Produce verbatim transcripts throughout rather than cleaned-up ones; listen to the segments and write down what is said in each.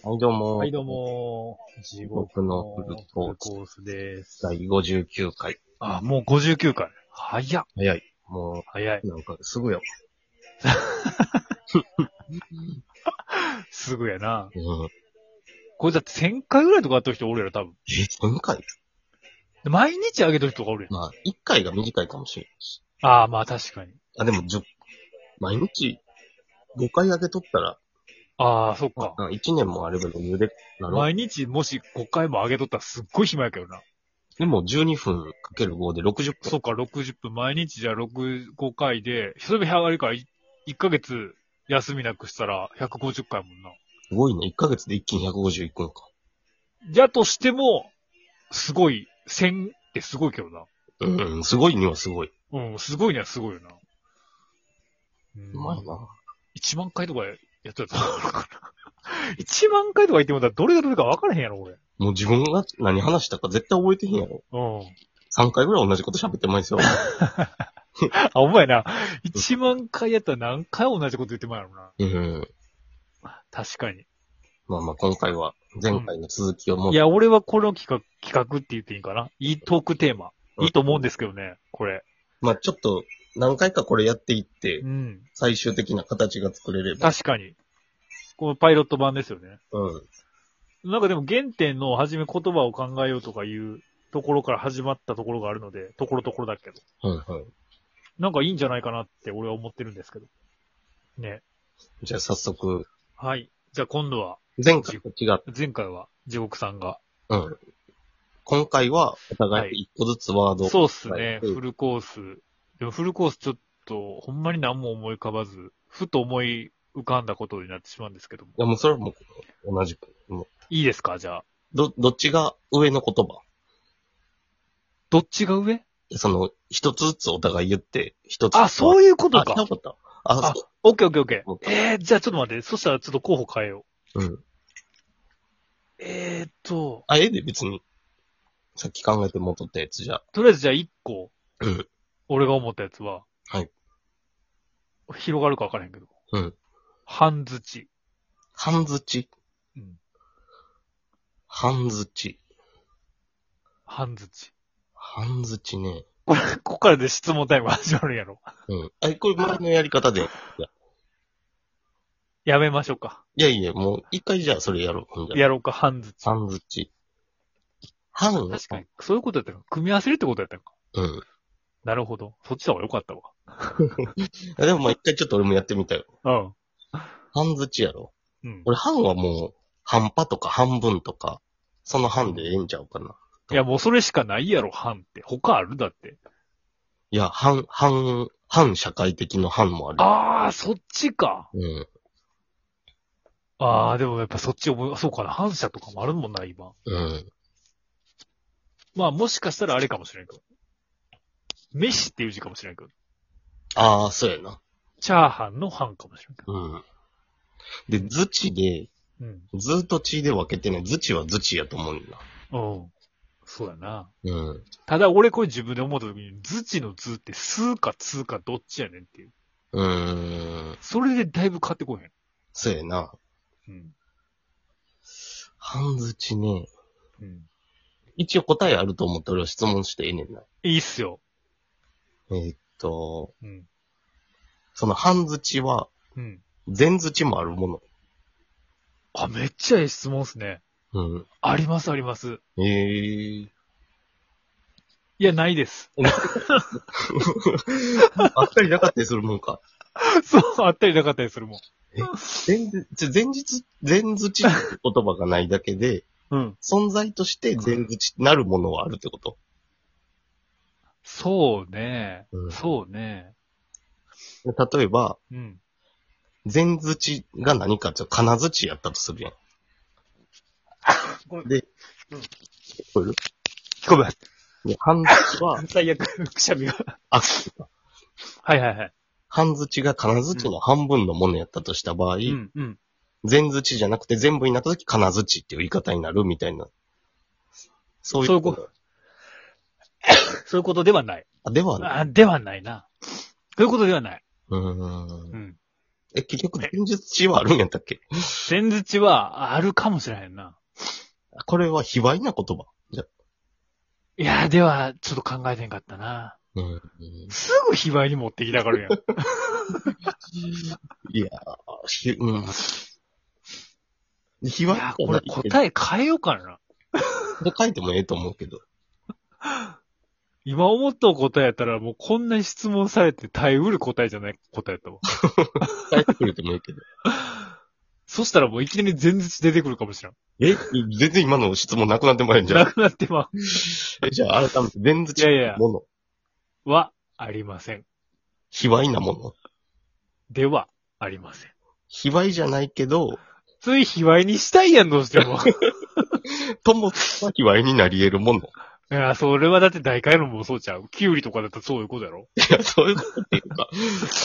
はいどうも。 はい、どうも。地獄の僕のフルフルコーコースです。 だいごじゅうきゅうかい。 あ、もうごじゅうきゅうかい。早っ。 早い。も早い。 う、なんか、すぐや。 すぐやな。 うん。 これだってせんかいぐらいとかやってる人おるやろ、多分。 え、せんかい毎日あげてる人がおるやん。 まあ、いっかいが短いかもしれんし。 ああ、まあ確かに。 あ、でも、じゅ毎日ごかいあげとったら、 ああ、そっか。 あいちねんもあれば余裕でなろ。 毎日もしごかいもあげとったらすっごい暇やけどな。 でも、じゅうにふんかけるごでろくじゅっぷん。 そっか、ろくじゅっぷん。毎日じゃあろく、ごかいで、それで上がりからいっかげつ休みなくしたらひゃくごじゅっかいもんな。 すごいね。いっかげつで一気にひゃくごじゅういっくんか。 じゃとしても、すごい、せんってすごいけどな。 うん、すごいにはすごい。 うん、すごいにはすごいよな。ううまいな。 いちまんかいとかやったやつあるかな。いちまんかいとか言ってもらったらどれがどれか分からへんやろ、俺。 もう自分が何話したか絶対覚えてへんやろ。 うん。 さんかいぐらい同じこと喋ってまいですよ。 あ、お前な。いちまんかいやったら何回同じこと言ってまうやろな。 うん。 確かに。 まあまあ、今回は前回の続きをもう、 いや、俺はこの企画、企画って言っていいかな。いいトークテーマ。 うんいいと思うんですけどね、これ。 まあちょっと何回かこれやっていってう、ん。 最終的な形が作れれば。 確かに。このパイロット版ですよね。 うん。 なんかでも原点の初め言葉を考えようとかいうところから始まったところがあるので、ところどころだけど。 はいはい。 なんかいいんじゃないかなって俺は思ってるんですけど。ね。 じゃあ早速、 はい。じゃあ今度は、 前回と違って、 前回は地獄さんが。 うん。今回はお互い一個ずつワードを、 そうっすね。 うんフルコース。でもフルコースちょっと、ほんまに何も思い浮かばず、ふと思い浮かんだことになってしまうんですけども。 いやもうそれはもう同じく。もういいですかじゃあ。 ど、どっちが上の言葉どっちが上その、一つずつお互い言って、一つ。 あ、そういうことあ、 か。 よかった。あ、 あそ、 オッケーオッケーオッケー。 そうかえー、じゃあちょっと待って。そしたらちょっと候補変えよう。 う。うん。 えーっと、 あ、ええで別に、さっき考えて戻ったやつじゃ。 とりあえずじゃあ一個、 うん。 俺が思ったやつは、 はい。 広がるか分からへんけど。 うん。 半槌。 半槌。 うん。 半槌。 半槌。 半槌ね。 これ、ここからで質問タイム始まるんやろ。 うん。あ、これ前のやり方で。いや、 やめましょうか。 いやいや、もう一回じゃあそれやろう。ほんじゃ。 やろうか、半槌。 半槌。半確かに。そういうことやったのか。組み合わせるってことやったのか。 うん。 なるほど。そっちの方が良かったわ。 でもまあ一回ちょっと俺もやってみたよ。 うん。 半槌やろ。 うん。 俺半はもう、半端とか半分とか、その半でええんちゃうかな。 いや、もうそれしかないやろ、半って。他あるだって。 いや、半、半、半社会的の半もある。 あー、そっちか。 うん。 あー、でもやっぱそっち思い、そうかな。反射とかもあるもんな、今。 うん。 まあ、もしかしたらあれかもしれんけど。飯っていう字かもしれんけど。 ああ、そうやな。 チャーハンの半かもしれんけど。 うん。で、図地で、 うん。 ずっと地で分けてない。図地は図地やと思うんだ。 うん。そうやな。 うん。 ただ俺これ自分で思った時に、図地の図って数か通かどっちやねんっていう。 うーん。 それでだいぶ変わってこへん。 そうやな。 うん。 半図地ね。 うん。 一応答えあると思って俺は質問してええねんな。 いいっすよ。 えーっと、 うん。 その半図地は、 うん。 全図地もあるもの。 あ、めっちゃいい質問っすね。 うん。 ありますあります。 ええー。 いや、ないです。 あったりなかったりするもんか。 そう、あったりなかったりするもん。 全然、ちょ前日、全図地って言葉がないだけで、 うん。 存在として全図地なるものはあるってこと。 そうね。 うんそうね。 例えば、 うん。 全図地が何かっていうと金槌やったとするやん。 ごめんで、 うん聞こえる聞こえます。 で半槌は、 最悪、くしゃみが。 あ、 はいはいはい。 半槌が金槌の半分のものやったとした場合、 うん、うん。 全槌じゃなくて全部になったとき金槌っていう言い方になるみたいな。そういう。 そういうことそういうことではない。 あ、ではない。 あ、ではないな。そういうことではない。 うーん。 うん。 え、結局、前述値はあるんやったっけ？ 前日はあるかもしれへんな。 これは卑猥な言葉。じゃ、 いや、では、ちょっと考えてんかったな。 うん。 すぐ卑猥に持ってきたからやん。 いやー、ひ、うん。卑猥いや、これえ答え変えようかな。 で書いてもええと思うけど。 今思った答えやったらもうこんなに質問されて耐えうる答えじゃない答えやったわ。 書いてくれてもいいけど。 そしたらもういきなり前日出てくるかもしれん。 え全然今の質問なくなってもらえんじゃ。 なんくなってまえ、じゃあ改めて、前日いやいやもの。 はありません。 卑猥なもの。 ではありません。 卑猥じゃないけど、 つい卑猥にしたいやん、どうしても。 ともは卑猥になり得るもの。 いや、それはだって大会のもそうちゃう。キュウリとかだったらそういうことやろ。 いや、そういうことっていうか。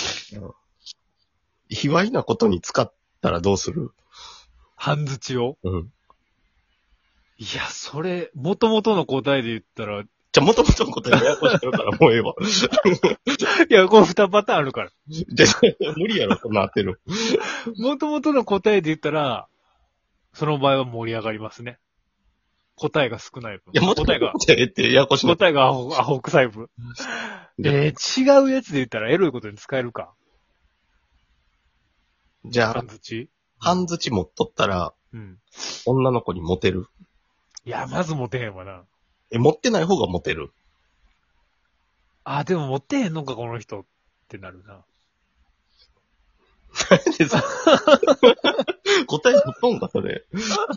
卑猥なことに使ったらどうする？ 半槌を。 うん。 いや、それ、元々の答えで言ったら、いじゃあ、もともとの答えややこしいからもうええわ。 や、これ二パターンあるから。 じゃあ、無理やろ、こんな当てる。 元々の答えで言ったら、その場合は盛り上がりますね。答えが少ない分。 いや、もとも答えがと、答えってややこしいな。 答えがアホ、アホ臭い分。えー、違うやつで言ったらエロいことに使えるか。 じゃあ半、槌半槌持っとったら、 うん。 女の子にモテる。 いや、まずモテへんわな。 え、持ってない方がモテる。 あ、でもモテへんのか、この人ってなるな。 でさ答え取っとんか、それ。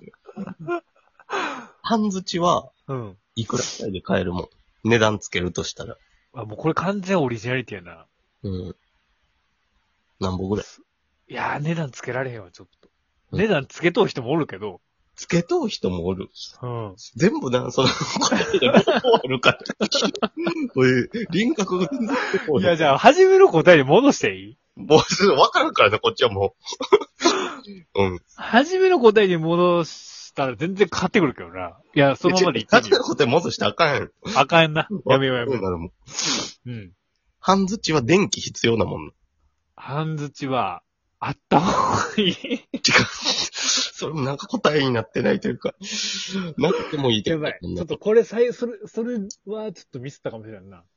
半槌は、 うん。 いくらくらいで買えるもん。値段つけるとしたら。 あ、もうこれ完全オリジナリティやな。 うん。何本ぐらい？ いやー、値段つけられへんわ、ちょっと。 うん値段つけとう人もおるけど。 つけとう人もおる。 うん。 全部な、その、答えが両方あるから。これ、輪郭が全然出てこいや、じゃあ、 あ、初めの答えに戻していい？ もう、わからんからな、こっちはもう。うん。 初めの答えに戻したら全然変わってくるけどな。いや、そのままで言ってみよ初めの答え戻してあかんやん。 う。あかんな。やめようやめよなるもん。 う。うん。 半槌は電気必要なもん。 半槌は、あった方がいい。 違う。それもなんか答えになってないというか、なくてもいいけど。 やばい。ちょっとこれ、さい、それ、それはちょっとミスったかもしれんな。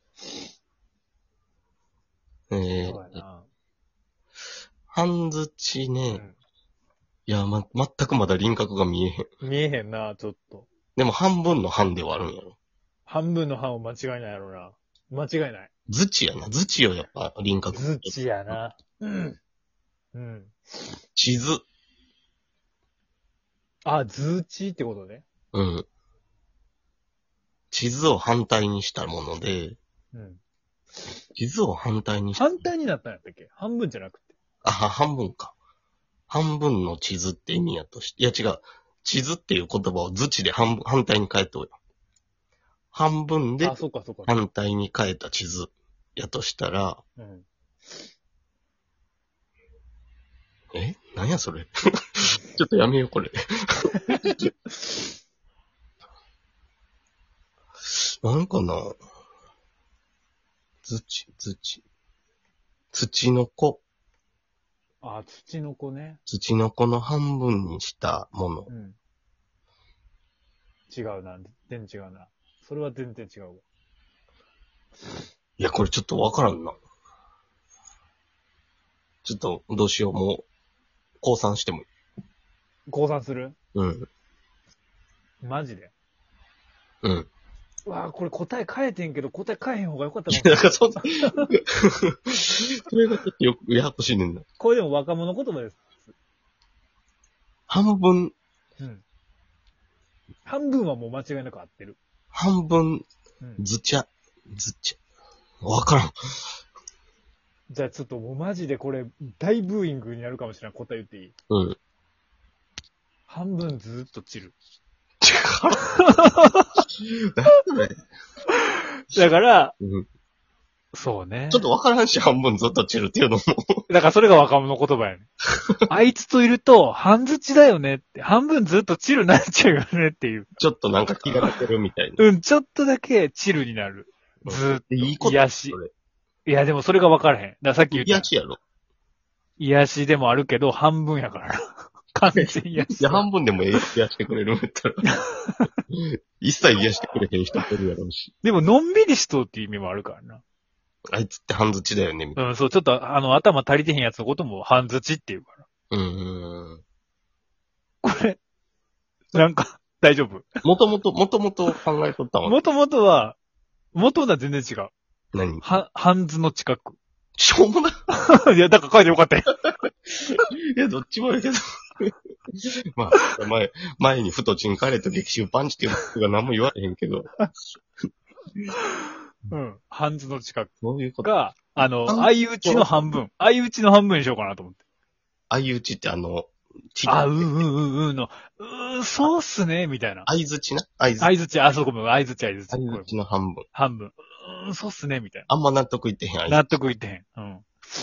えそうーやな。 半槌ね、 うんいや、ま、全くまだ輪郭が見えへん。 見えへんな、ちょっと。 でも半分の半ではあるんやろ。 半分の半を間違いないやろな。間違いない。 槌やな。槌よ、やっぱ輪郭。 ずちやな。うん。うん。 地図。 あ、図値ってことね。 うん。地図を反対にしたもので、 うん。 地図を反対にした。 反対になったんやったっけ？半分じゃなくて。 あ、は半分か。半分の地図って意味やとして、いや違う。地図っていう言葉を図地で半分、反対に変えとうよ。半分であ、そうかそうか。 反対に変えた地図やとしたら、 うん。 え何やそれちょっとやめよう、これ。なんかな土、土。土の子。 あ、土の子ね。 土の子の半分にしたもの。 うん。違うな。全然違うな。それは全然違うわ。 いや、これちょっとわからんな。ちょっと、どうしよう、もう、降参してもいい。 降参する？ うん。 マジで。 うん。 うわぁ、これ答え変えてんけど、答え変えへん方がよかったかも。 なんかそんな、それがちょっとよく、ややこしいねんな。 これでも若者言葉です。 半分、 うん。半分はもう間違いなく合ってる。 半分、 うん。 ずちゃ、ずちゃ。わからん。 じゃあちょっともうマジでこれ、大ブーイングになるかもしれない。答え言っていい？ うん。 半分ずーっと散る。だから、 うん、 そうね。 ちょっとわからんし、半分ずっと散るっていうのも。 だからそれが若者言葉やね。あいつといると、半づちだよねって、半分ずっとチルになっちゃうよねっていう。 ちょっとなんか気が抜けるみたいな。 うん、ちょっとだけチルになる。ずーっと。 いいこと癒しそ。れ。 いや、でもそれが分からへん。だからさっき言った。 癒しやろ。 癒しでもあるけど、半分やからな。完全癒し。 いや、半分でも癒してくれるんやったら。一切癒してくれへん人もいるやろうし。 でも、のんびりしとうっていう意味もあるからな。 あいつって半槌だよね、みたいうん、そう、ちょっと、あの、頭足りてへんやつのことも半槌っていうから。 な。うんうんうん。 これ、なんか、大丈夫。 もともと、もともと考えとったわ。 もともとは、元々は全然違う。 何は、半図の近く。 しょうもない。 いや、だから書いてよかったよ。 いや、どっちもやけど。まあ、前、前にふとチンカレーと激臭パンチっていうことが何も言われへんけど。 うん。半図の近くそういうこと。 が、あの、 半相打ちの半分。相打ちの半分にしようかなと思って。 相打ちってあの、ちあ、うんうんうんうんの、うーん、そうっすね、みたいな。 相づちな相づち。 相づち、あ、そうごめん、相づち、相づち。 相づちの半分。 半分。うーん、そうっすね、みたいあんま納得いってへん相づち。 な。納得いってへん。うん。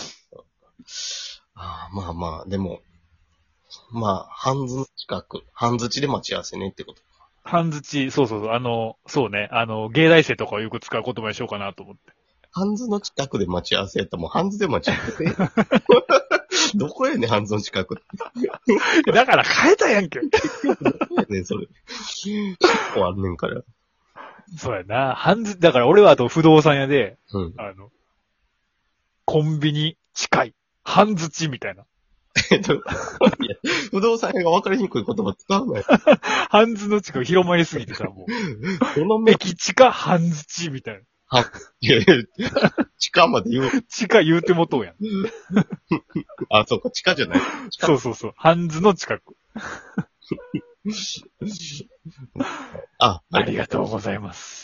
ああ、まあまあ、でも、まあ、半図の近く、半づちで待ち合わせねってこと。 半づち、そうそうそう、あの、そうね、あの、芸大生とかをよく使う言葉にしようかなと思って。 半図の近くで待ち合わせやったらもう半図で待ち合わせ。どこやねん、半図の近くって。 だから変えたやんけ。 どこやねん、それ。結構あんねんから。 そうやな。半づ、だから俺はあと不動産屋で、 うん。 あの、コンビニ近い。半づちみたいな。 えっと、いや、不動産屋が分かりにくい言葉使うなよ。 半図の地区広まりすぎてさ、もう。 どの目、 駅地下半づちみたいな。 いやいや、地下まで言う。 地下言うてもとうやん。 あ、そうか、地下じゃない。地下そうそうそう。半図の近く。 あ、 ありがとうございます。